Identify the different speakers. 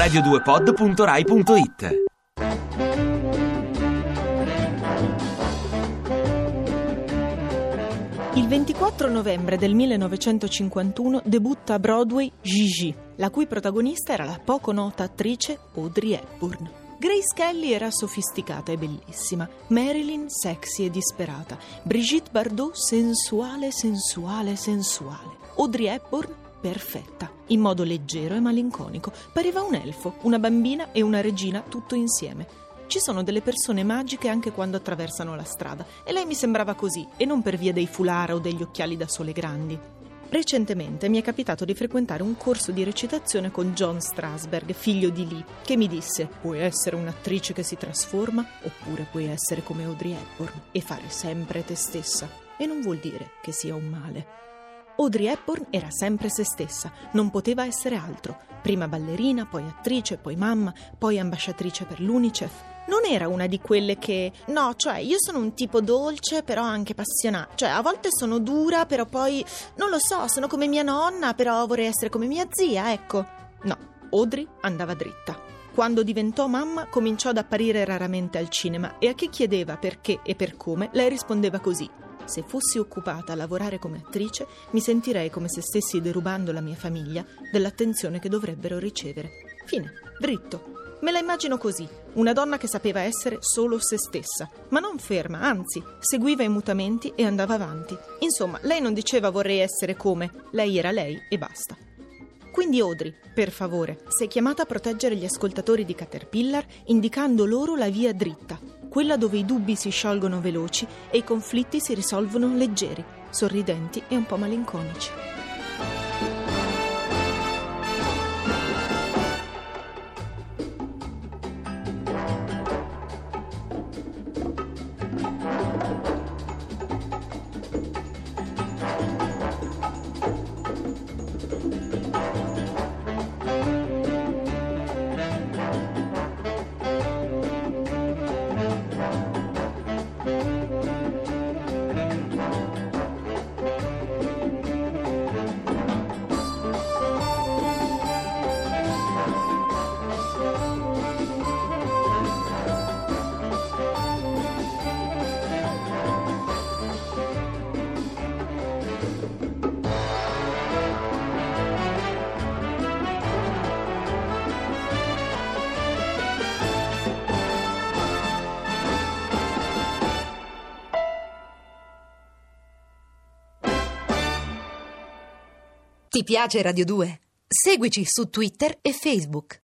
Speaker 1: radio2pod.rai.it.
Speaker 2: Il 24 novembre del 1951 debutta a Broadway Gigi, la cui protagonista era la poco nota attrice Audrey Hepburn. Grace Kelly era sofisticata e bellissima, Marilyn sexy e disperata, Brigitte Bardot sensuale. Audrey Hepburn perfetta, in modo leggero e malinconico, pareva un elfo, una bambina e una regina tutto insieme. Ci sono delle persone magiche anche quando attraversano la strada e lei mi sembrava così, e non per via dei foulard o degli occhiali da sole grandi. Recentemente mi è capitato di frequentare un corso di recitazione con John Strasberg, figlio di Lee, che mi disse: puoi essere un'attrice che si trasforma oppure puoi essere come Audrey Hepburn e fare sempre te stessa, e non vuol dire che sia un male. Audrey Hepburn era sempre se stessa, non poteva essere altro. Prima ballerina, poi attrice, poi mamma, poi ambasciatrice per l'UNICEF. Non era una di quelle che... No, cioè, io sono un tipo dolce, però anche appassionata. Cioè, a volte sono dura, però poi... Non lo so, sono come mia nonna, però vorrei essere come mia zia, ecco. No, Audrey andava dritta. Quando diventò mamma, cominciò ad apparire raramente al cinema e a chi chiedeva perché e per come, lei rispondeva così: se fossi occupata a lavorare come attrice, mi sentirei come se stessi derubando la mia famiglia dell'attenzione che dovrebbero ricevere. Fine, dritto. Me la immagino così, una donna che sapeva essere solo se stessa, ma non ferma, anzi, seguiva i mutamenti e andava avanti. Insomma, lei non diceva vorrei essere come, lei era lei e basta. Quindi Audrey, per favore, sei chiamata a proteggere gli ascoltatori di Caterpillar indicando loro la via dritta, quella dove i dubbi si sciolgono veloci e i conflitti si risolvono leggeri, sorridenti e un po' malinconici.
Speaker 3: Ti piace Radio 2? Seguici su Twitter e Facebook.